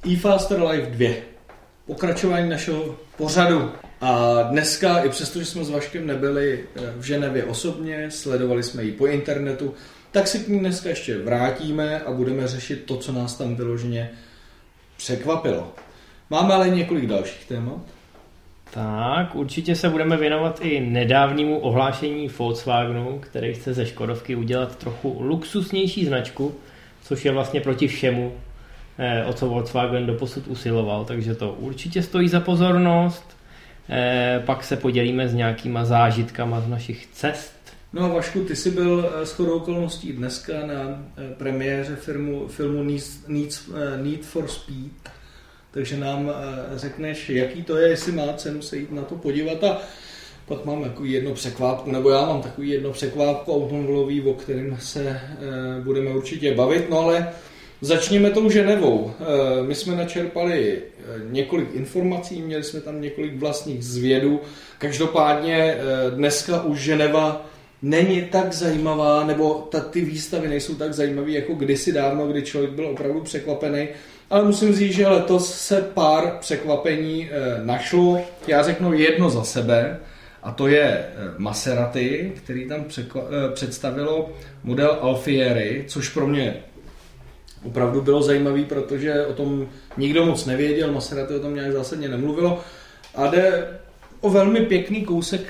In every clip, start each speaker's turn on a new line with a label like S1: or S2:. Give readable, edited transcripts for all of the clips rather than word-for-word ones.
S1: eFaster Live 2. Pokračování našeho pořadu. A dneska, i přesto, že jsme s Vaškem nebyli v Ženevě osobně, sledovali jsme ji po internetu, tak si k ní dneska ještě vrátíme a budeme řešit to, co nás tam vyloženě překvapilo. Máme ale několik dalších témat.
S2: Tak, určitě se budeme věnovat i nedávnému ohlášení Volkswagenu, který chce ze Škodovky udělat trochu luxusnější značku, což je vlastně proti všemu, o co Volkswagen doposud usiloval, takže to určitě stojí za pozornost. Pak se podělíme s nějakýma zážitkama z našich cest.
S1: No a Vašku, ty jsi byl shodou okolností dneska na premiéře filmu Need for Speed, takže nám řekneš, jaký to je, jestli má cenu se jít na to podívat. A pak mám takový jedno překvápku, nebo já mám takový jedno překvápku automobilový, o kterém se budeme určitě bavit, no ale začněme tou Ženevou. My jsme načerpali několik informací, měli jsme tam několik vlastních zvědů. Každopádně dneska už Ženeva není tak zajímavá, nebo ty výstavy nejsou tak zajímavé jako kdysi dávno, kdy člověk byl opravdu překvapený. Ale musím říct, že letos se pár překvapení našlo. Já řeknu jedno za sebe, a to je Maserati, který tam představilo model Alfieri, což pro mě opravdu bylo zajímavý, protože o tom nikdo moc nevěděl, Maserati o tom nějak zásadně nemluvilo. A jde o velmi pěkný kousek,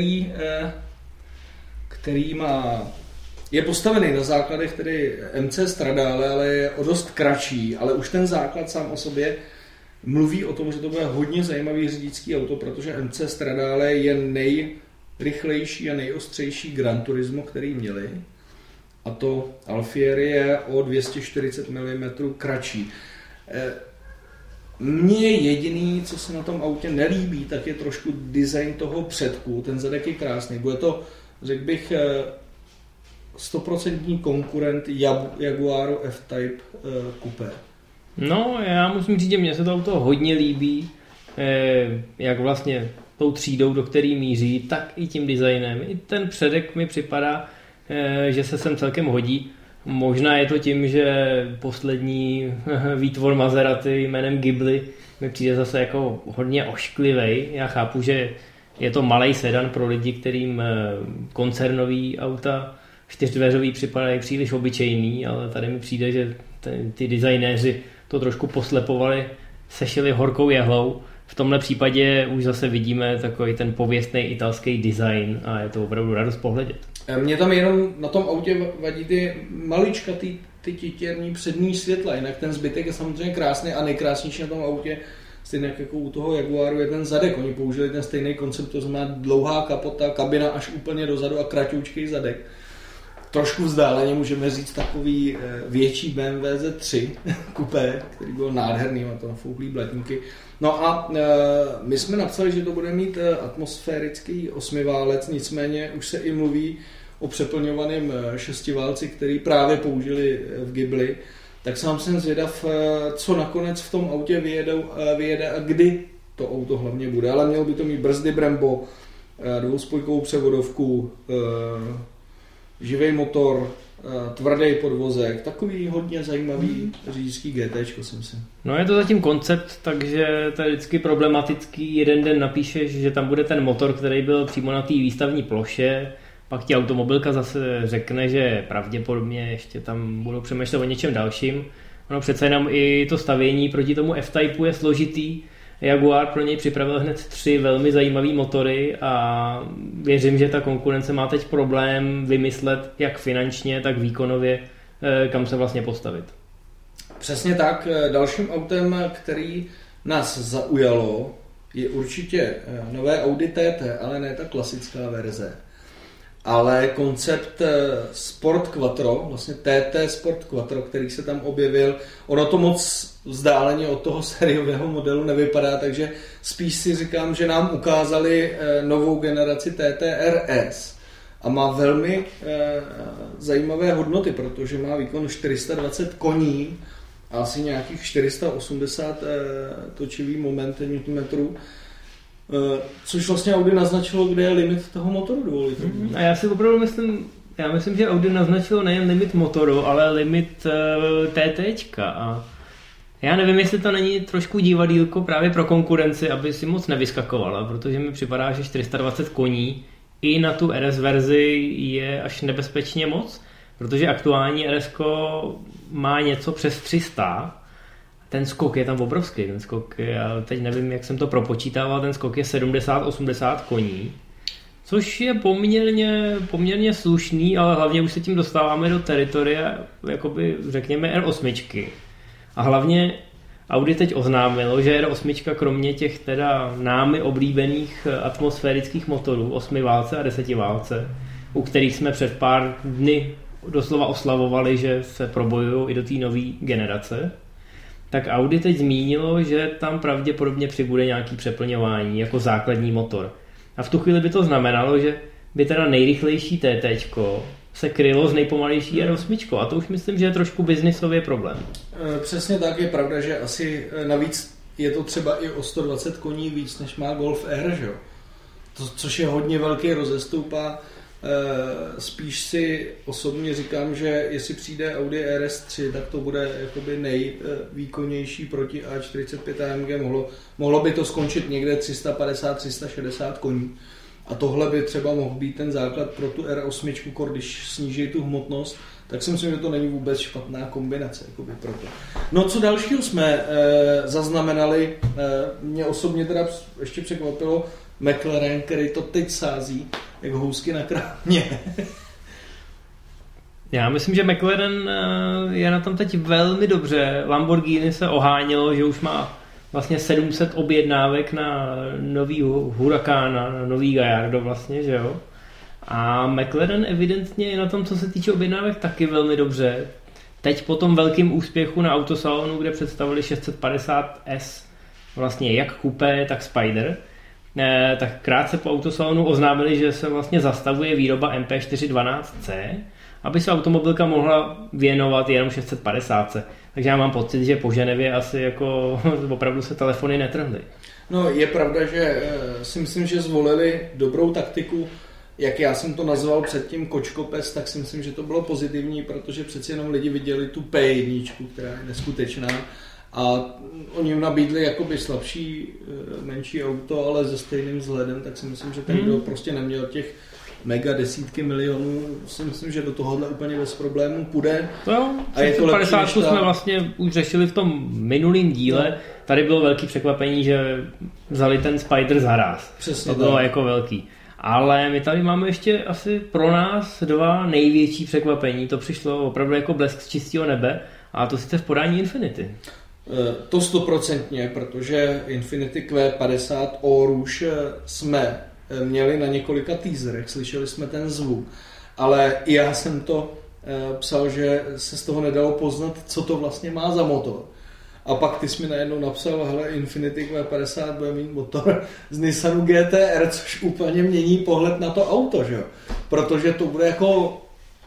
S1: který je postavený na základech tedy MC Stradale, ale je o dost kratší, ale už ten základ sám o sobě mluví o tom, že to bude hodně zajímavý řidičský auto, protože MC Stradale je nejrychlejší a nejostřejší Gran Turismo, který měli. A to Alfieri je o 240 mm kratší. Mně jediný, co se na tom autě nelíbí, tak je trošku design toho předku. Ten zadek je krásný. Bude to, řekl bych, 100% konkurent Jaguaru F-Type Coupé.
S2: No, já musím říct, že mně se to auto hodně líbí, jak vlastně tou třídou, do který míří, tak i tím designem. I ten předek mi připadá, že se sem celkem hodí. Možná je to tím, že poslední výtvor Maserati jménem Ghibli mi přijde zase jako hodně ošklivej. Já chápu, že je to malej sedan pro lidi, kterým koncernový auta čtyřdveřový připadají příliš obyčejný, ale tady mi přijde, že ty designéři to trošku poslepovali, sešili horkou jehlou. V tomhle případě už zase vidíme takový ten pověstný italský design a je to opravdu radost pohledět.
S1: Mně tam jenom na tom autě vadí ty malička, ty titěrní přední světla, jinak ten zbytek je samozřejmě krásný a nejkrásnější na tom autě, stejně jako u toho Jaguaru, je ten zadek. Oni použili ten stejný koncept, to znamená dlouhá kapota, kabina až úplně dozadu a kratoučký zadek. Trošku vzdáleně můžeme říct takový větší BMW Z3 kupé, který byl nádherný, má to nafouklý blatníky. No a my jsme napsali, že to bude mít atmosférický osmiválec, nicméně už se i mluví o přeplňovaném šestiválci, který právě použili v Ghibli. Tak sám jsem zvědav, co nakonec v tom autě vyjede a kdy to auto hlavně bude. Ale mělo by to mít brzdy Brembo, dvouspojkovou převodovku, živý motor, tvrdý podvozek, takový hodně zajímavý řidičský GTčko jsem si.
S2: No je to zatím koncept, takže to je vždycky problematický. Jeden den napíšeš, že tam bude ten motor, který byl přímo na té výstavní ploše, pak ti automobilka zase řekne, že pravděpodobně ještě tam budou přemýšlet o něčem dalším. Ono přece jenom i to stavění proti tomu F-Typeu je složitý. Jaguar pro něj připravil hned 3 velmi zajímavé motory a věřím, že ta konkurence má teď problém vymyslet jak finančně, tak výkonově, kam se vlastně postavit.
S1: Přesně tak. Dalším autem, který nás zaujalo, je určitě nové Audi TT, ale ne ta klasická verze, ale koncept Sport Quattro, vlastně TT Sport Quattro, který se tam objevil. Ono to moc vzdáleně od toho sériového modelu nevypadá, takže spíš si říkám, že nám ukázali novou generaci TTRS a má velmi zajímavé hodnoty, protože má výkon 420 koní a asi nějakých 480 točivý moment newtonmetrů, což vlastně Audi naznačilo, kde je limit toho motoru 2 litrů.
S2: A já si opravdu myslím, že Audi naznačilo nejen limit motoru, ale limit TTčka a Já nevím, jestli to není trošku divadýlko právě pro konkurenci, aby si moc nevyskakovala, protože mi připadá, že 420 koní i na tu RS verzi je až nebezpečně moc, protože aktuální RS má něco přes 300. Ten skok je tam obrovský, já teď nevím, jak jsem to propočítával, ten skok je 70-80 koní, což je poměrně slušný, ale hlavně už se tím dostáváme do teritoria, jakoby řekněme R8. A hlavně Audi teď oznámilo, že R8 kromě těch teda námi oblíbených atmosférických motorů 8 válce a 10 válce, u kterých jsme před pár dny doslova oslavovali, že se probojují i do té nové generace, tak Audi teď zmínilo, že tam pravděpodobně přibude nějaký přeplňování jako základní motor. A v tu chvíli by to znamenalo, že by teda nejrychlejší TTčko se krylo s nejpomalejší R8 a to už myslím, že je trošku biznisový problém.
S1: Přesně tak, je pravda, že asi navíc je to třeba i o 120 koní víc, než má Golf R, že? Což je hodně velký rozestup a spíš si osobně říkám, že jestli přijde Audi RS3, tak to bude jakoby nejvýkonnější proti A45 AMG. Mohlo by to skončit někde 350-360 koní. A tohle by třeba mohl být ten základ pro tu R8, když sníží tu hmotnost, tak si myslím, že to není vůbec špatná kombinace. Proto. No co dalšího jsme zaznamenali, mě osobně teda ještě překvapilo McLaren, který to teď sází jak housky na krámě.
S2: Já myslím, že McLaren je na tom teď velmi dobře. Lamborghini se ohánilo, že už má vlastně 700 objednávek na nový Huracán, na nový Gallardo vlastně, že jo. A McLaren evidentně je na tom, co se týče objednávek, taky velmi dobře. Teď po tom velkém úspěchu na autosalonu, kde představili 650S, vlastně jak Coupé, tak Spider, tak krátce po autosalonu oznámili, že se vlastně zastavuje výroba MP412C, aby se automobilka mohla věnovat jenom 650. Takže já mám pocit, že po Ženevě asi jako opravdu se telefony netrhly.
S1: No je pravda, že si myslím, že zvolili dobrou taktiku. Jak já jsem to nazval předtím kočkopes, tak si myslím, že to bylo pozitivní, protože přeci jenom lidi viděli tu P1, která je neskutečná. A oni jim nabídli jakoby slabší, menší auto, ale se stejným vzhledem, tak si myslím, že ten, kdo prostě neměl těch mega desítky milionů, si myslím, že do tohohle úplně bez problémů půjde.
S2: To jo, a je to 50 jsme vlastně už řešili v tom minulém díle. No. Tady bylo velký překvapení, že vzali ten Spider za ráz.
S1: Přesně
S2: to bylo jako velký. Ale my tady máme ještě asi pro nás dva největší překvapení. To přišlo opravdu jako blesk z čistého nebe a to sice v podání Infiniti.
S1: To 100%, protože Infiniti Q50 Eau Rouge jsme měli na několika teaserech, slyšeli jsme ten zvuk, ale i já jsem to psal, že se z toho nedalo poznat, co to vlastně má za motor. A pak ty jsi mi najednou napsal, hele, Infiniti Q50 bude mít motor z Nissanu GT-R, což úplně mění pohled na to auto, že jo? Protože to bude jako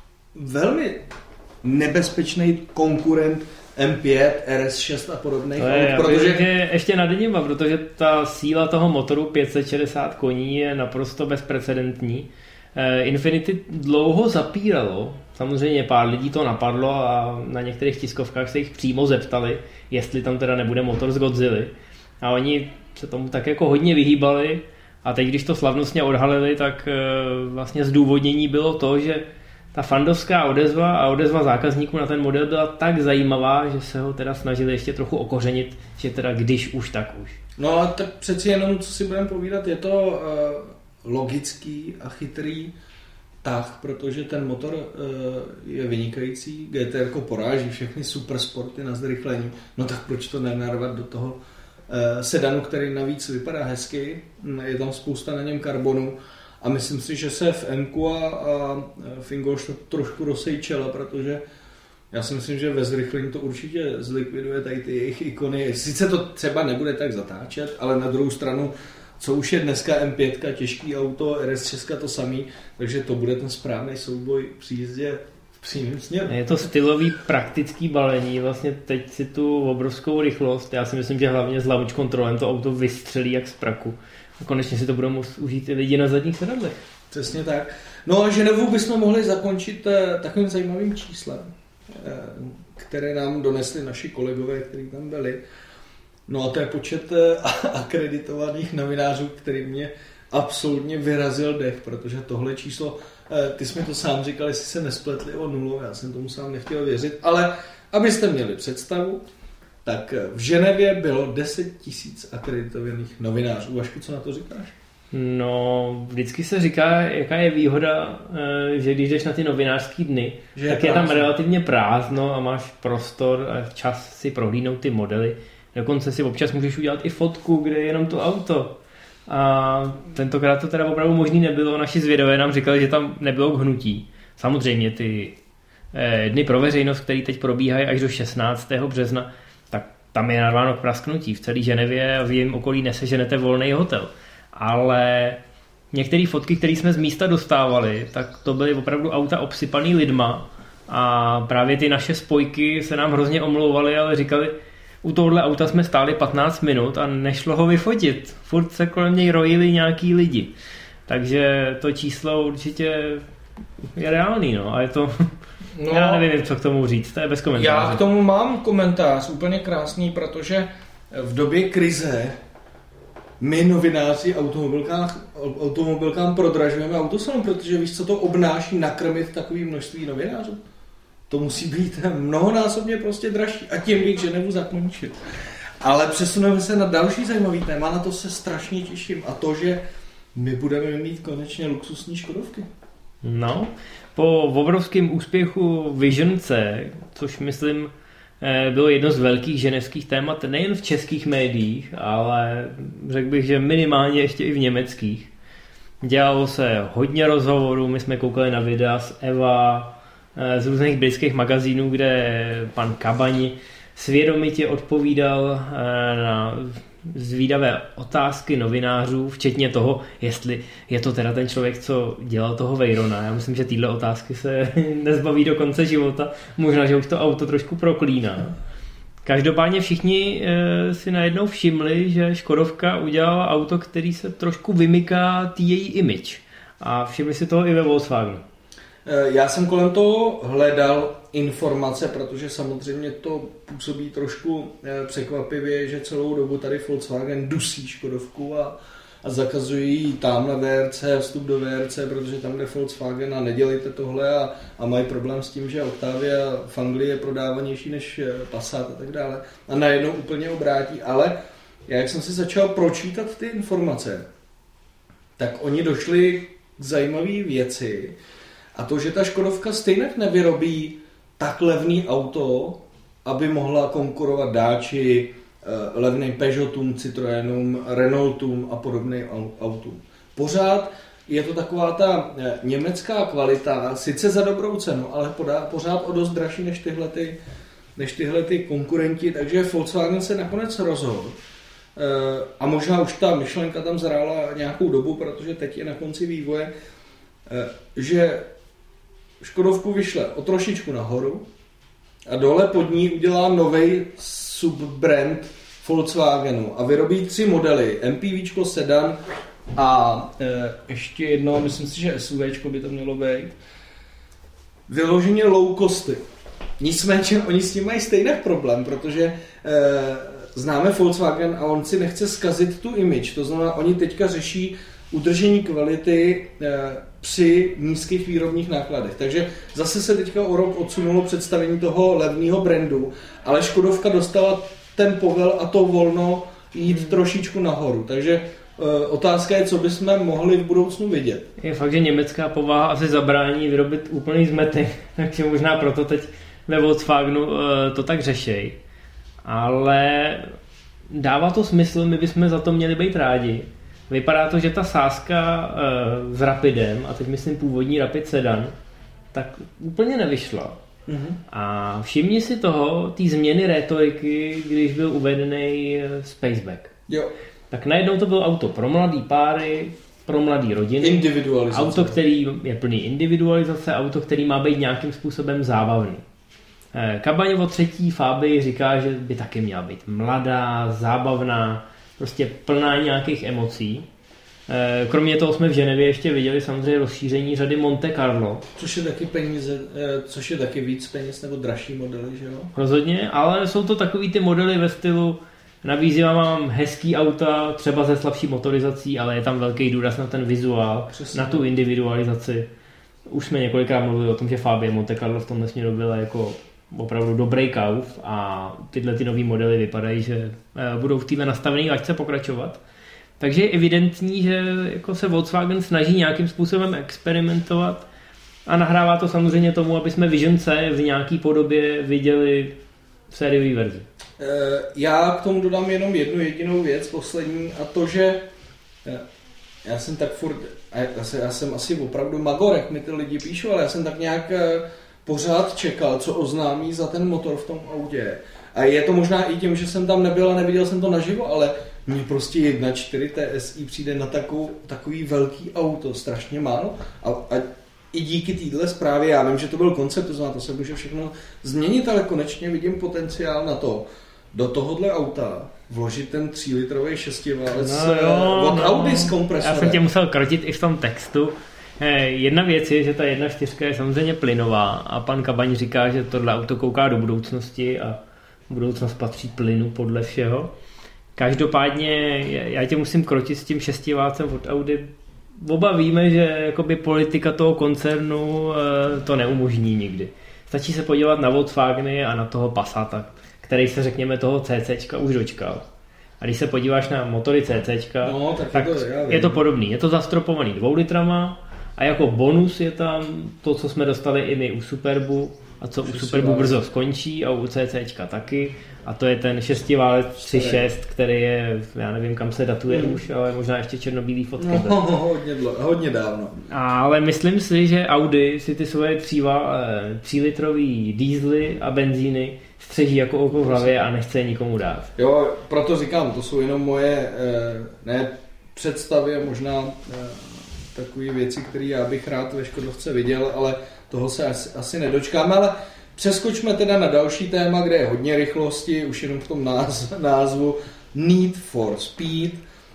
S1: velmi nebezpečný konkurent M5, RS6 a podobných aut,
S2: protože ještě nad nima, protože ta síla toho motoru 560 koní je naprosto bezprecedentní. Infiniti dlouho zapíralo, samozřejmě pár lidí to napadlo a na některých tiskovkách se jich přímo zeptali, jestli tam teda nebude motor z Godzilly. A oni se tomu tak jako hodně vyhýbali a teď, když to slavnostně odhalili, tak vlastně zdůvodnění bylo to, že ta fandovská odezva a odezva zákazníků na ten model byla tak zajímavá, že se ho teda snažili ještě trochu okořenit, že teda když už, tak už.
S1: No a tak přeci jenom, co si budeme povídat, je to logický a chytrý tah, protože ten motor je vynikající, GTR poráží všechny super sporty na zrychlení, no tak proč to nenarvat do toho sedanu, který navíc vypadá hezky, je tam spousta na něm karbonu. A myslím si, že se v M-ku a v Ingolstadtu trošku rozsejčela, protože já si myslím, že ve zrychlení to určitě zlikviduje tady ty jejich ikony. Sice to třeba nebude tak zatáčet, ale na druhou stranu, co už je dneska M5, těžký auto, RS6 to samý, takže to bude ten správný souboj při jízdě v přímém směru.
S2: Je to stylový praktický balení, vlastně teď si tu obrovskou rychlost, já si myslím, že hlavně s launch kontrolem to auto vystřelí jak z praku. A konečně si to budou moct užít i lidi na zadních sedadlech.
S1: Přesně tak. No a Ženevu bychom mohli zakončit takovým zajímavým číslem. které nám donesli naši kolegové, kteří tam byli. No a to je počet akreditovaných novinářů, který mě absolutně vyrazil dech, protože tohle číslo, ty jsi mi to sám říkal, jestli se nespletli o 0, já jsem tomu sám nechtěl věřit, ale abyste měli představu, tak v Ženevě bylo 10 000 akreditovaných novinářů. Vašku, co na to říkáš?
S2: No, vždycky se říká, jaká je výhoda, že když jdeš na ty novinářský dny, že tak je tam relativně prázdno a máš prostor a čas si prohlídnout ty modely. Dokonce si občas můžeš udělat i fotku, kde je jenom to auto. A tentokrát to teda opravdu možný nebylo. Naši zvědové nám říkali, že tam nebylo k hnutí. Samozřejmě ty dny pro veřejnost, které teď probíhají až do 16. března, tak tam je narváno k prasknutí. V celé Ženevě a v jejím okolí neseženete volný hotel. Ale některé fotky, které jsme z místa dostávali, tak to byly opravdu auta obsypaný lidma a právě ty naše spojky se nám hrozně omlouvaly, ale říkali, u tohohle auta jsme stáli 15 minut a nešlo ho vyfotit. Furt se kolem něj rojili nějaký lidi. Takže to číslo určitě je reálný, no. A je to... No, já nevím, co k tomu říct, to je bez komentáře.
S3: Já k tomu mám komentář, úplně krásný, protože
S1: v době krize my novináři automobilkám prodražujeme autosalon, protože víš, co to obnáší nakrmit takové množství novinářů? To musí být mnohonásobně prostě dražší a tím bych Ženevu zakončit. Ale přesuneme se na další zajímavý téma, na to se strašně těším a to, že my budeme mít konečně luxusní Škodovky.
S2: No, po obrovském úspěchu Vision C, což myslím bylo jedno z velkých ženevských témat nejen v českých médiích, ale řekl bych, že minimálně ještě i v německých. Dělalo se hodně rozhovorů, my jsme koukali na videa z Eva, z různých britských magazínů, kde pan Kabani svědomitě odpovídal na zvídavé otázky novinářů, včetně toho, jestli je to teda ten člověk, co dělal toho Veyrona. Já myslím, že tyhle otázky se nezbaví do konce života. Možná, že už to auto trošku proklíná. Každopádně všichni si najednou všimli, že Škodovka udělala auto, který se trošku vymyká té její image. A všimli si toho i ve Volkswagenu.
S1: Já jsem kolem toho hledal informace, protože samozřejmě to působí trošku překvapivě, že celou dobu tady Volkswagen dusí Škodovku a zakazují jí tam na VRC, vstup do VRC, protože tam jde Volkswagen a nedělejte tohle a mají problém s tím, že Octavia v Anglii je prodávanější než Passat a tak dále. A najednou úplně obrátí. Ale já, jak jsem si začal pročítat ty informace, tak oni došli k zajímavé věci. A to, že ta Škodovka stejně nevyrobí tak levný auto, aby mohla konkurovat Dači, levným Peugeotům, Citroenům, Renaultům a podobným autům. Pořád je to taková ta německá kvalita, sice za dobrou cenu, ale pořád o dost dražší než tyhle ty konkurenti, takže Volkswagen se nakonec rozhodl. A možná už ta myšlenka tam zrála nějakou dobu, protože teď je na konci vývoje, že Škodovku vyšle o trošičku nahoru a dole pod ní udělá novej subbrand Volkswagenu a vyrobí 3 modely, MPVčko, sedan a ještě jedno, myslím si, že SUVčko by to mělo být. Vyloženě low costy. Nicméně oni s tím mají stejný problém, protože známe Volkswagen a on si nechce zkazit tu image, to znamená, oni teďka řeší udržení kvality při nízkých výrobních nákladech. Takže zase se teďka o rok odsunulo představení toho levného brandu, ale Škodovka dostala ten povel a to volno jít trošičku nahoru. Takže otázka je, co bychom mohli v budoucnu vidět.
S2: Je fakt, že německá povaha asi zabrání vyrobit úplný zmetek, takže možná proto teď ve Volkswagenu to tak řešej. Ale dává to smysl, my bychom za to měli být rádi. Vypadá to, že ta sázka s Rapidem, a teď myslím původní Rapid sedan, tak úplně nevyšla. Mm-hmm. A všimni si toho, té změny rétoriky, když byl uvedený Spaceback.
S1: Jo.
S2: Tak najednou to bylo auto pro mladý páry, pro mladý rodiny.
S1: Individualizace.
S2: Auto, který je plný individualizace, auto, který má být nějakým způsobem zábavný. Kabaňovo třetí Fabii říká, že by taky měla být mladá, zábavná, prostě plná nějakých emocí. Kromě toho jsme v Ženevě ještě viděli samozřejmě rozšíření řady Monte Carlo.
S1: Což je taky peníze, což je taky víc peněz nebo dražší modely, že jo?
S2: Rozhodně, ale jsou to takový ty modely ve stylu nabízím vám hezký auta, třeba se slabší motorizací, ale je tam velký důraz na ten vizuál, přesně, na tu individualizaci. Už jsme několikrát mluvili o tom, že Fabia Monte Carlo v tomhle směru byla jako opravdu dobrý kauf a tyhle ty nový modely vypadají, že budou v téhle nastavené laťce pokračovat. Takže je evidentní, že jako se Volkswagen snaží nějakým způsobem experimentovat a nahrává to samozřejmě tomu, aby jsme Vision C v nějaký podobě viděli v sériové verzi.
S1: Já k tomu dodám jenom jednu jedinou věc, poslední, a to, že já jsem tak furt, já jsem asi opravdu magor, jak mi ty lidi píšou, ale já jsem tak nějak pořád čekal, co oznámí za ten motor v tom autě. A je to možná i tím, že jsem tam nebyl a neviděl jsem to naživo, ale mně prostě 1.4 TSI přijde na takový velký auto strašně málo a i díky téhle zprávě, já vím, že to byl koncept, to znamená, to se může všechno změnit, ale konečně vidím potenciál na to, do tohohle auta vložit ten 3-litrový šestiválec od Audi s kompresorem.
S2: Já jsem tě musel krotit i v tom textu. Jedna věc je, že ta 1.4 je samozřejmě plynová a pan Kabaň říká, že tohle auto kouká do budoucnosti a budoucnost patří plynu podle všeho. Každopádně já tě musím krotit s tím šestiválcem od Audi. Oba víme, že jakoby politika toho koncernu to neumožní nikdy. Stačí se podívat na Volkswageny a na toho Passata, který se řekněme toho CCčka už dočkal. A když se podíváš na motory CCčka, tak je to podobný. Je to zastropovaný 2 litrama a jako bonus je tam to, co jsme dostali i my u Superbu a co u Superbu brzo skončí a u CCčka taky. A to je ten šestiválec 3.6, který je, já nevím, kam se datuje už, ale možná ještě černobílý fotky.
S1: Hodně dávno.
S2: Ale myslím si, že Audi si ty svoje 3-litrový diesely a benzíny střeží jako oko v hlavě a nechce je nikomu dát.
S1: Jo, proto říkám, to jsou jenom moje představy a možná takové věci, které já bych rád ve Škodovce viděl, ale toho se asi nedočkáme, ale přeskočme teda na další téma, kde je hodně rychlosti, už jenom v tom názvu Need for Speed.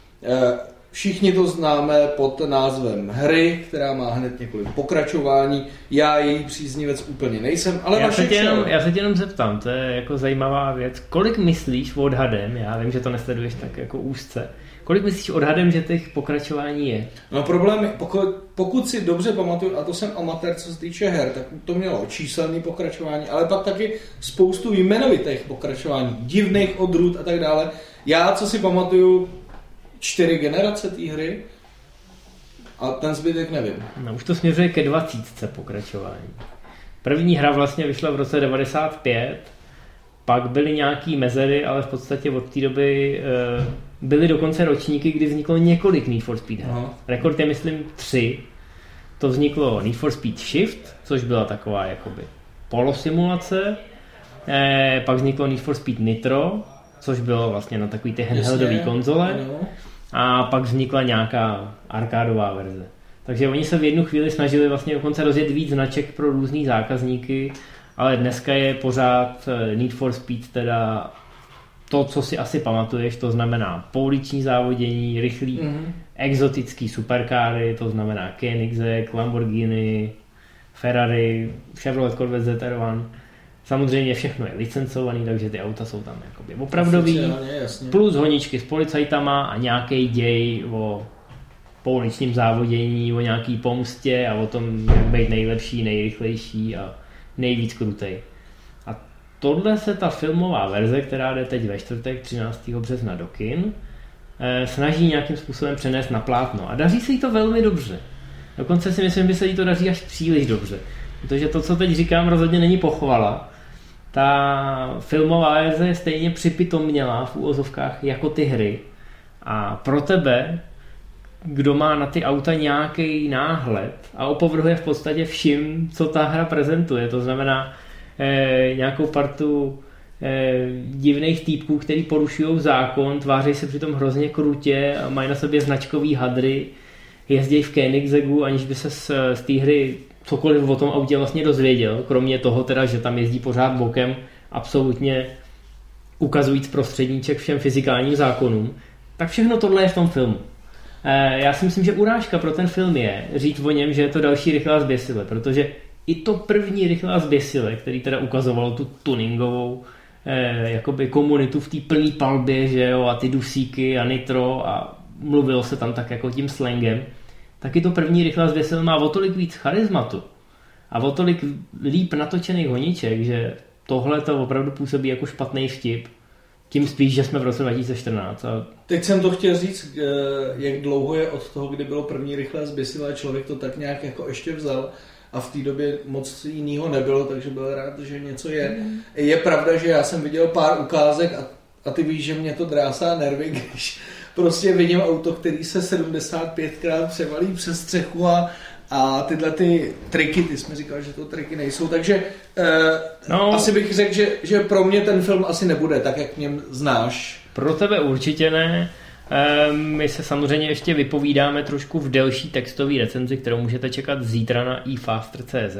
S1: Všichni to známe pod názvem hry, která má hned několik pokračování. Já její příznivec úplně nejsem, ale
S2: já se tě jenom zeptám, to je jako zajímavá věc. Kolik myslíš odhadem, já vím, že to nesleduješ tak jako úzce, kolik myslíš odhadem, že těch pokračování je?
S1: No problém, pokud si dobře pamatuju, a to jsem amatér, co se týče her, tak to mělo číselné pokračování, ale pak taky spoustu jmenovitých pokračování, divných odrůd a tak dále. Já, co si pamatuju, 4 generace té hry a ten zbytek nevím.
S2: No už to směřuje ke 20 pokračování. První hra vlastně vyšla v roce 95, pak byly nějaký mezery, ale v podstatě od té doby byly dokonce ročníky, kdy vzniklo několik Need for Speed her. Rekord je myslím 3. To vzniklo Need for Speed Shift, což byla taková jakoby polosimulace. Pak vzniklo Need for Speed Nitro, což bylo vlastně na takový ty handheldový konzole. A pak vznikla nějaká arkádová verze. Takže oni se v jednu chvíli snažili vlastně dokonce rozjet víc značek pro různý zákazníky, ale dneska je pořád Need for Speed teda to, co si asi pamatuješ, to znamená pouliční závodění, rychlý, exotický superkáry, to znamená Koenigsegg, Lamborghini, Ferrari, Chevrolet Corvette ZR1. Samozřejmě všechno je licencovaný, takže ty auta jsou tam jakoby opravdový, plus honičky s policajtama a nějaký děj o pouličním závodění, o nějaký pomstě a o tom, jak být nejlepší, nejrychlejší a nejvíc krutej. A tohle se ta filmová verze, která jde teď ve čtvrtek 13. března do kin, snaží nějakým způsobem přenést na plátno. A daří se jí to velmi dobře. Dokonce si myslím, že se jí to daří až příliš dobře. Protože to, co teď říkám, rozhodně není pochvala. Ta filmová verze je stejně připitomnělá v úvozovkách jako ty hry. A pro tebe, kdo má na ty auta nějaký náhled a opovrhuje v podstatě vším, co ta hra prezentuje, to znamená nějakou partu divných týpků, který porušují zákon, tváří se přitom hrozně krutě a mají na sobě značkový hadry, jezdí v Koenigseggu, aniž by se z té hry cokoliv o tom autě vlastně dozvěděl, kromě toho teda, že tam jezdí pořád bokem, absolutně ukazujíc prostředníček všem fyzikálním zákonům, tak všechno tohle je v tom filmu. Já si myslím, že urážka pro ten film je říct o něm, že je to další Rychlá zběsile, protože i to první Rychlá zběsile, který teda ukazovalo tu tuningovou jakoby komunitu v té plné palbě, že jo, a ty dusíky a nitro a mluvilo se tam tak jako tím slangem, taky to první Rychlá zběsile má o tolik víc charizmatu a o tolik líp natočených honiček, že tohle to opravdu působí jako špatný vtip. Tím spíš, že jsme v roce 2014. A...
S1: Teď jsem to chtěl říct, jak dlouho je od toho, kdy bylo první Rychlé zběsile a člověk to tak nějak jako ještě vzal a v té době moc jinýho nebylo, takže byl rád, že něco je. Je pravda, že já jsem viděl pár ukázek a ty víš, že mě to drásá nervy, když prostě vidím auto, který se 75krát převalí přes střechu a tyhle ty triky, ty jsi mi říkal, že to triky nejsou, takže asi bych řekl, že pro mě ten film asi nebude tak, jak mě znáš.
S2: Pro tebe určitě ne. My se samozřejmě ještě vypovídáme trošku v delší textové recenzi, kterou můžete čekat zítra na eFaster.cz.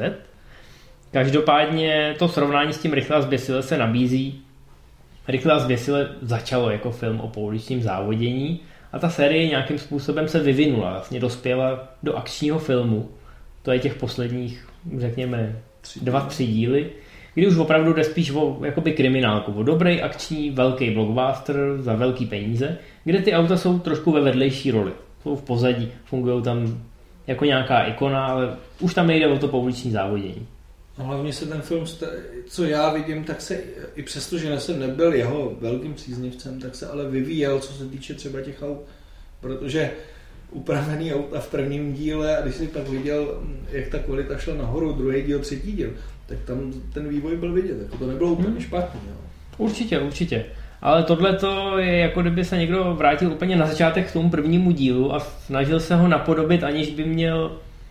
S2: Každopádně to srovnání s tím Rychlá zběsile se nabízí. Rychlá zběsile začalo jako film o pouličním závodění a ta série nějakým způsobem se vyvinula, vlastně dospěla do akčního filmu. To je těch posledních, řekněme, 2-3 díly, kdy už opravdu jde spíš o jakoby kriminálku, o dobrý akční velký blockbuster za velký peníze, kde ty auta jsou trošku ve vedlejší roli. Jsou v pozadí, fungují tam jako nějaká ikona, ale už tam nejde o to pouliční závodění.
S1: A hlavně se ten film, co já vidím, tak se i přesto, že jsem nebyl jeho velkým příznivcem, tak se ale vyvíjel, co se týče třeba těch aut, protože upravený auta v prvním díle a když si pak viděl, jak ta kvalita šla nahoru, druhý díl, třetí díl, tak tam ten vývoj byl vidět, jako to nebylo úplně špatný. Jo.
S2: Určitě. Ale tohle to je jako kdyby se někdo vrátil úplně na začátek k tomu prvnímu dílu a snažil se ho napodobit, aniž by měl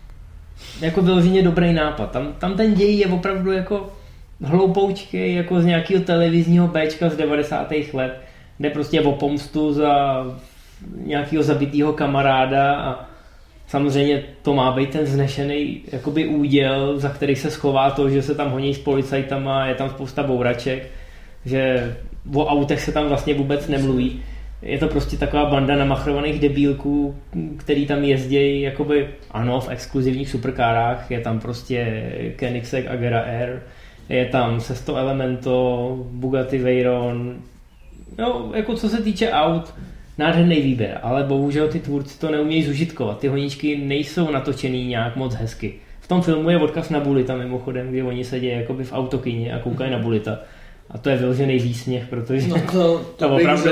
S2: jako vyloženě dobrý nápad. Tam ten děj je opravdu jako hloupoučky, jako z nějakého televizního Bčka z 90. let, kde prostě o pomstu za nějakého zabitýho kamaráda a samozřejmě to má být ten vznešený jakoby úděl, za který se schová to, že se tam honí s policajtama, je tam spousta bouraček, že o autech se tam vlastně vůbec nemluví. Je to prostě taková banda namachrovaných debílků, který tam jezdí jakoby, ano, v exkluzivních superkárách, je tam prostě Koenigsegg Agera R, je tam Sesto Elemento, Bugatti Veyron, no, jako co se týče aut, nádherný výběr, ale bohužel ty tvůrci to neumějí zužitkovat, ty honíčky nejsou natočený nějak moc hezky. V tom filmu je odkaz na Bullita mimochodem, kdy oni sedí jakoby v autokyně a koukají na Bullita. A to je vyložený výsměch, protože to opravdu,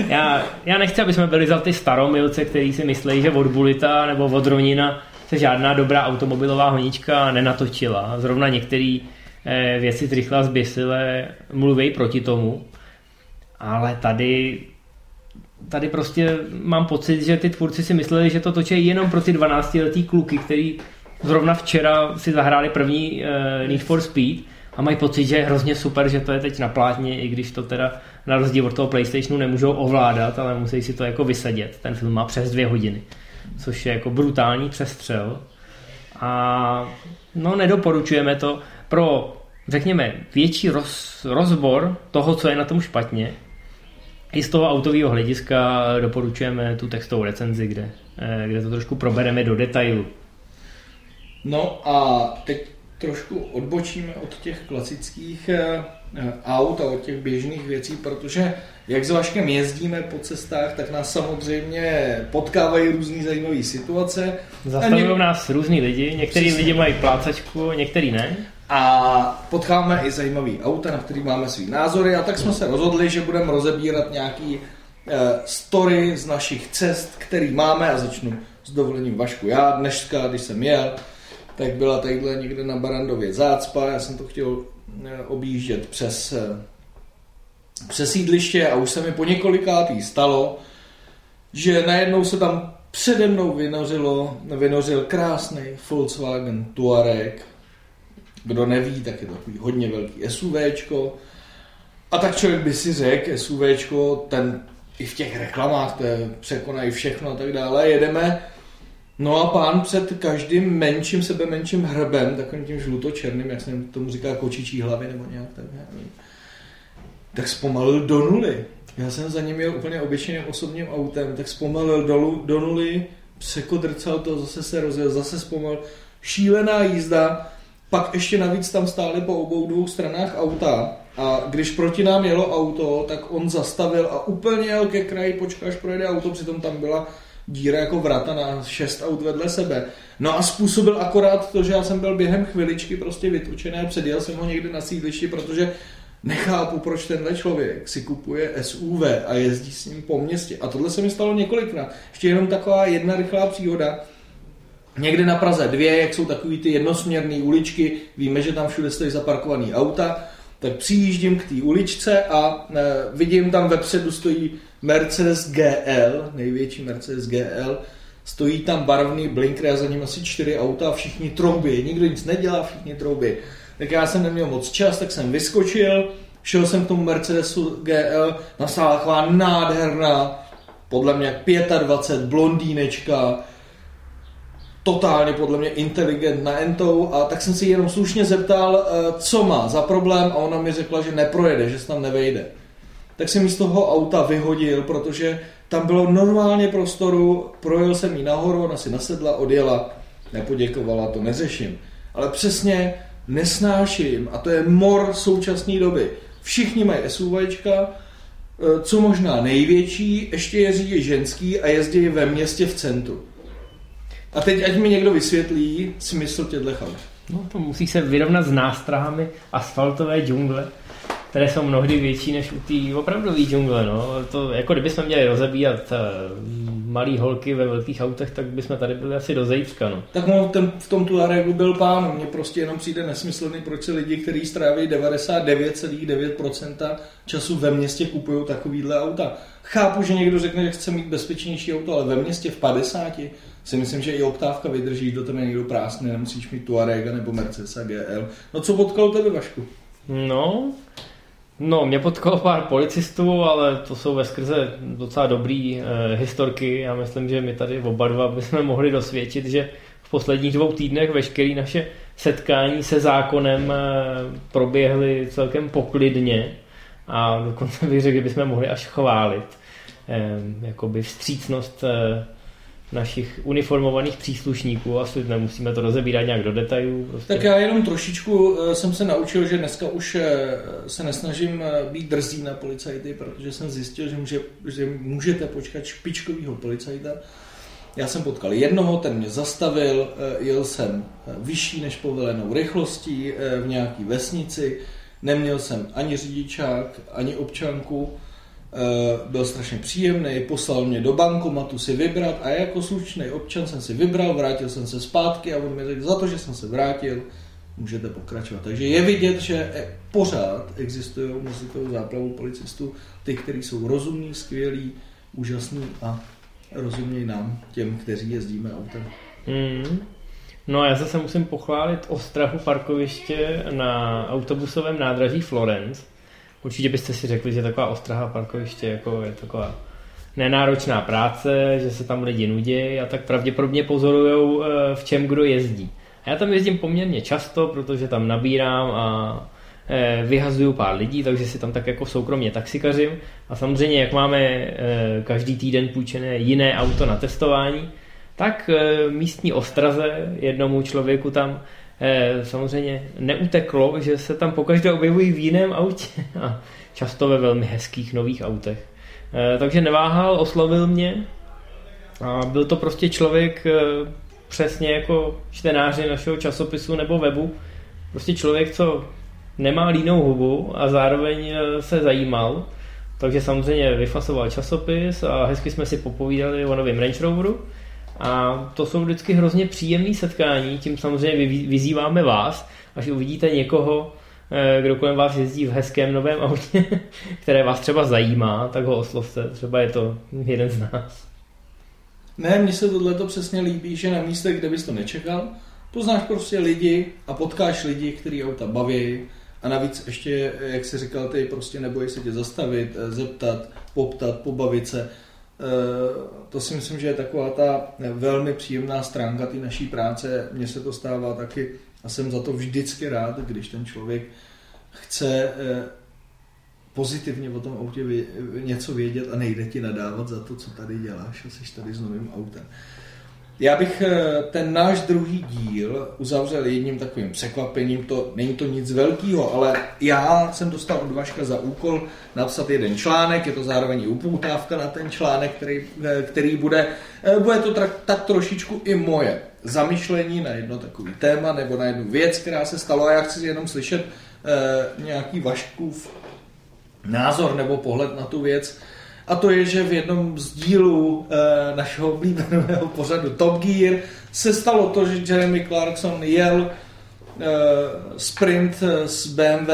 S2: já nechci, aby jsme byli za ty staromilce, kteří si myslí, že od Bullita nebo od Ronina se žádná dobrá automobilová honička nenatočila. Zrovna některé věci z Rychlá zběsile mluví proti tomu, ale tady prostě mám pocit, že ty tvůrci si mysleli, že to točí jenom pro ty 12letý kluky, který zrovna včera si zahráli první Need for Speed a mají pocit, že je hrozně super, že to je teď na plátně, i když to teda na rozdíl od toho PlayStationu nemůžou ovládat, ale musí si to jako vysedět. Ten film má přes 2 hodiny, což je jako brutální přestřel. A no nedoporučujeme to pro, řekněme, větší rozbor toho, co je na tom špatně. I z toho autového hlediska doporučujeme tu textovou recenzi, kde to trošku probereme do detailu.
S1: No a teď trošku odbočíme od těch klasických aut a od těch běžných věcí, protože jak s Vaškem jezdíme po cestách, tak nás samozřejmě potkávají různý zajímavé situace.
S2: Zastavují nás různý lidi, některý lidi mají plácačku, některý ne.
S1: A potkáváme i zajímavý auta, na který máme svý názory a tak jsme se rozhodli, že budeme rozebírat nějaký story z našich cest, který máme a začnu s dovolením Vašku. Já dneska, když jsem jel, tak byla tadyhle někde na Barandově zácpa, já jsem to chtěl objíždět přes sídliště a už se mi po několikátý stalo, že najednou se tam přede mnou vynořil krásný Volkswagen Touareg. Kdo neví, tak je to takový hodně velký SUVčko. A tak člověk by si řekl, SUVčko, ten i v těch reklamách, to překonají všechno a tak dále, jedeme. No a pán před každým menším, sebemenším hrbem, takovým tím žlutočerným, jak se tomu říká, kočičí hlavy nebo nějak tak, tak zpomalil do nuly. Já jsem za ním jel úplně obyčejným osobním autem, tak zpomalil do nuly, překodrcal to, zase se rozjel, zase zpomalil. Šílená jízda, pak ještě navíc tam stály po obou dvou stranách auta a když proti nám jelo auto, tak on zastavil a úplně jel ke kraji, počkáš, projede auto, přitom tam byla díra jako vrata na 6 aut vedle sebe. No a způsobil akorát to, že já jsem byl během chviličky prostě vytočený a předjel jsem ho někde na sídlišti, protože nechápu, proč tenhle člověk si kupuje SUV a jezdí s ním po městě. A tohle se mi stalo několikrát. Ještě jenom taková jedna rychlá příhoda. Někde na Praze 2, jak jsou takový ty jednosměrné uličky, víme, že tam všude stojí zaparkovaný auta, tak přijíždím k té uličce a vidím tam vepředu stojí Mercedes GL, největší Mercedes GL, stojí tam barevný blinker a za ním asi 4 auta a všichni troubí, nikdo nic nedělá, všichni troubí. Tak já jsem neměl moc čas, tak jsem vyskočil, šel jsem k tomu Mercedesu GL, nastála taková nádherná, podle mě 25, blondýnečka, totálně podle mě inteligent na entou a tak jsem si jenom slušně zeptal, co má za problém a ona mi řekla, že neprojede, že se tam nevejde. Tak jsem jí z toho auta vyhodil, protože tam bylo normálně prostoru, projel jsem jí nahoru, ona si nasedla, odjela, nepoděkovala, to neřeším. Ale přesně nesnáším, a to je mor současné doby. Všichni mají SUVčka, co možná největší, ještě jezdí ženský a jezdí ve městě v centru. A teď ať mi někdo vysvětlí smysl těchto aut.
S2: No to musí se vyrovnat s nástrahami asfaltové džungle, které jsou mnohdy větší než u té opravdové džungle. No. To, jako kdybychom měli rozebírat malý holky ve velkých autech, tak bychom tady byli asi do zejtka. No.
S1: Tak v tom Tuaregu byl pán. Mně prostě jenom přijde nesmyslný, proč se lidi, kteří stráví 99,9% času ve městě, kupují takovýhle auta. Chápu, že někdo řekne, že chce mít bezpečnější auto, ale ve městě v 50 si myslím, že i oktávka vydrží, do tebe někdo prásne, nemusíš mít Tuarega nebo Mercedes GL. No co potkalo tebe, Vašku?
S2: No, mě potkalo pár policistů, ale to jsou veskrze docela dobrý historky. Já myslím, že my tady oba dva bychom mohli dosvědčit, že v posledních 2 týdnech veškeré naše setkání se zákonem proběhly celkem poklidně a dokonce bych řekl, že bychom mohli až chválit jakoby vstřícnost našich uniformovaných příslušníků. Asi nemusíme to rozebírat nějak do detailů. Prostě.
S1: Tak já jenom trošičku jsem se naučil, že dneska už se nesnažím být drzý na policajty, protože jsem zjistil, že můžete počkat špičkovýho policajta. Já jsem potkal jednoho, ten mě zastavil, jel jsem vyšší než povolenou rychlostí v nějaký vesnici, neměl jsem ani řidičák, ani občanku, byl strašně příjemný, poslal mě do bankomatu si vybrat a jako slušný občan jsem si vybral, vrátil jsem se zpátky a on mi řekl, za to, že jsem se vrátil, můžete pokračovat. Takže je vidět, že pořád existují mezi tou záplavou policistů ty, kteří jsou rozumní, skvělí, úžasní a rozumějí nám, těm, kteří jezdíme autem.
S2: No a já zase musím pochválit ostrahu parkoviště na autobusovém nádraží Florence. Určitě byste si řekli, že taková ostraha parkoviště jako je taková nenáročná práce, že se tam lidi nudějí a tak pravděpodobně pozorujou, v čem kdo jezdí. A já tam jezdím poměrně často, protože tam nabírám a vyhazuju pár lidí, takže si tam tak jako soukromně taxikařím. A samozřejmě, jak máme každý týden půjčené jiné auto na testování, tak místní ostraze jednomu člověku tam samozřejmě neuteklo, že se tam pokaždé objevují v jiném autě a často ve velmi hezkých nových autech. Takže neváhal, oslovil mě a byl to prostě člověk přesně jako čtenáři našeho časopisu nebo webu. Prostě člověk, co nemá línou hubu a zároveň se zajímal, takže samozřejmě vyfasoval časopis a hezky jsme si popovídali o novém Range Roveru. A to jsou vždycky hrozně příjemné setkání, tím samozřejmě vyzýváme vás, až uvidíte někoho, kdo kolem vás jezdí v hezkém novém autě, které vás třeba zajímá, tak ho oslovte, třeba je to jeden z nás.
S1: Ne, mně se tohleto přesně líbí, že na místech, kde bys to nečekal, poznáš prostě lidi a potkáš lidi, který auta baví a navíc ještě, jak jsi říkal, ty prostě nebojí se tě zastavit, zeptat, poptat, pobavit se. To si myslím, že je taková ta velmi příjemná stránka té naší práce. Mně se to stává taky a jsem za to vždycky rád, když ten člověk chce pozitivně o tom autě něco vědět a nejde ti nadávat za to, co tady děláš a jsi tady s novým autem. Já bych ten náš druhý díl uzavřel jedním takovým překvapením, není to nic velkého, ale já jsem dostal od Vaška za úkol napsat jeden článek, je to zároveň i upoutávka na ten článek, který bude to tak trošičku i moje zamyšlení na jedno takový téma nebo na jednu věc, která se stala a já chci jenom slyšet nějaký Vaškův názor nebo pohled na tu věc. A to je, že v jednom z dílů našeho oblíbeného pořadu Top Gear se stalo to, že Jeremy Clarkson jel sprint s BMW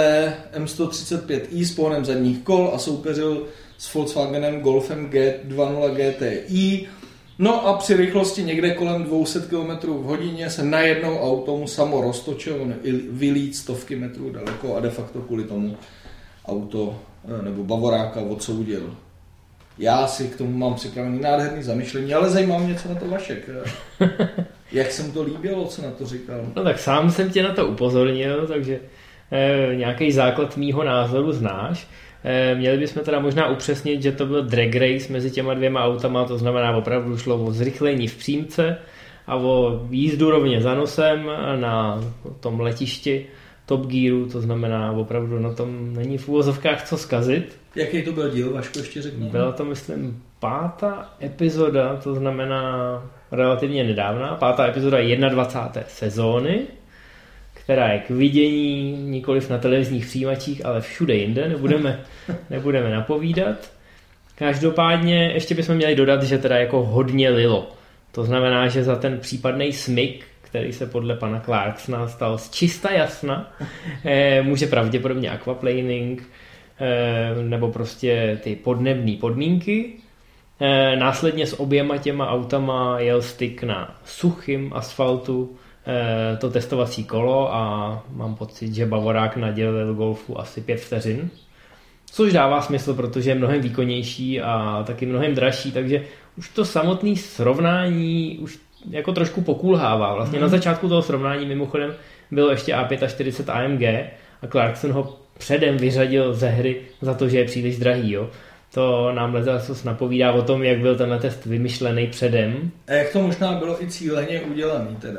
S1: M135i s pohonem zadních kol a soupeřil s Volkswagenem Golfem G20 GTI. No a při rychlosti někde kolem 200 km v hodině se najednou auto mu samo roztočilo, vylít stovky metrů daleko a de facto kvůli tomu auto nebo Bavoráka odsoudil. Já si k tomu mám připravený nádherný zamyšlení, ale zajímá mě, co na to Vašek. Jak se mu to líbilo, co na to říkal?
S2: No tak sám jsem tě na to upozornil, takže nějaký základ mýho názoru znáš. Měli bychom teda možná upřesnit, že to byl drag race mezi těma dvěma autama, to znamená opravdu šlo o zrychlení v přímce a o jízdu rovně za nosem na tom letišti Top Gearu, to znamená opravdu na tom není v úvozovkách co zkazit.
S1: Jaký to byl díl, Vaško, ještě řekni?
S2: Byla to, myslím, 5. epizoda, to znamená relativně nedávná, 5. epizoda 21. sezóny, která je k vidění nikoliv na televizních přijímačích, ale všude jinde, nebudeme napovídat. Každopádně ještě bychom měli dodat, že teda jako hodně lilo. To znamená, že za ten případný smyk, který se podle pana Clarksona stal z čista jasna, může pravděpodobně aquaplaning nebo prostě ty podnebné podmínky. Následně s oběma těma autama jel styk na suchým asfaltu to testovací kolo a mám pocit, že Bavorák nadělil Golfu asi 5 vteřin. Což dává smysl, protože je mnohem výkonnější a taky mnohem dražší, takže už to samotné srovnání už jako trošku pokulhává. Vlastně na začátku toho srovnání mimochodem bylo ještě A45 AMG a Clarkson ho předem vyřadil ze hry za to, že je příliš drahý. Jo. To nám letos napovídá o tom, jak byl tenhle test vymyšlený předem.
S1: A jak to možná bylo i cíleně udělaný teda?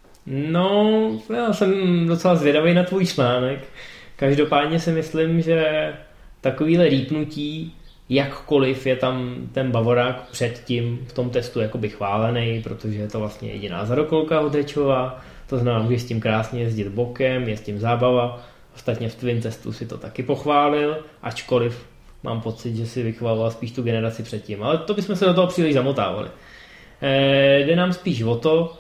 S2: No, já jsem docela zvědavý na tvůj článek. Každopádně si myslím, že takovýhle rýpnutí, jakkoliv je tam ten Bavorák předtím v tom testu jakoby chválený, protože je to vlastně jediná zadokolka Hodečová, to znamená, můžeš s tím krásně jezdit bokem, je s tím zábava. Ostatně v tvým testu si to taky pochválil, ačkoliv mám pocit, že si vychvaloval spíš tu generaci předtím, ale to bychom se do toho příliš zamotávali. Jde nám spíš o to,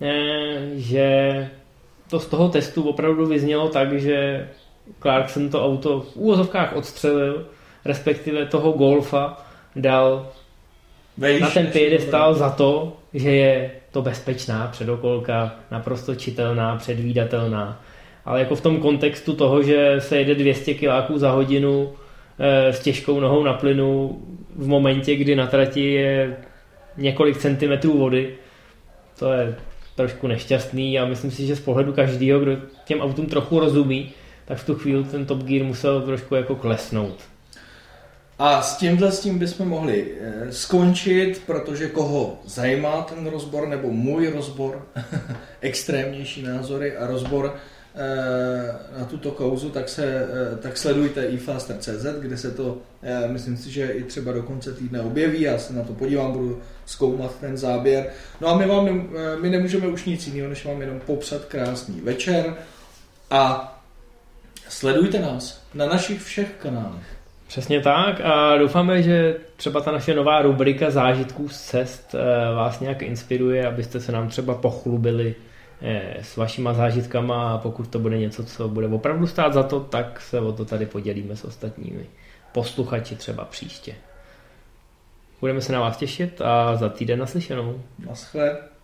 S2: že to z toho testu opravdu vyznělo tak, že Clarkson to auto v úvozovkách odstřelil, respektive toho Golfa dal na ten piedestal za to, že je to bezpečná předokolka, naprosto čitelná, předvídatelná. Ale jako v tom kontextu toho, že se jede 200 km za hodinu s těžkou nohou na plynu v momentě, kdy na trati je několik centimetrů vody, to je trošku nešťastný a myslím si, že z pohledu každého, kdo těm autům trochu rozumí, tak v tu chvíli ten Top Gear musel trošku jako klesnout.
S1: A s tím bychom mohli skončit, protože koho zajímá ten rozbor, nebo můj rozbor, extrémnější názory a rozbor na tuto kauzu, tak sledujte iFaster.cz, kde se to, myslím si, že i třeba do konce týdne objeví, já se na to podívám, budu zkoumat ten záběr. No a my nemůžeme už nic jiného, než vám jenom popřát krásný večer a sledujte nás na našich všech kanálech.
S2: Přesně tak a doufáme, že třeba ta naše nová rubrika zážitků z cest vás nějak inspiruje, abyste se nám třeba pochlubili s vašima zážitkama a pokud to bude něco, co bude opravdu stát za to, tak se o to tady podělíme s ostatními posluchači třeba příště. Budeme se na vás těšit a za týden naslyšenou.
S1: Naschle.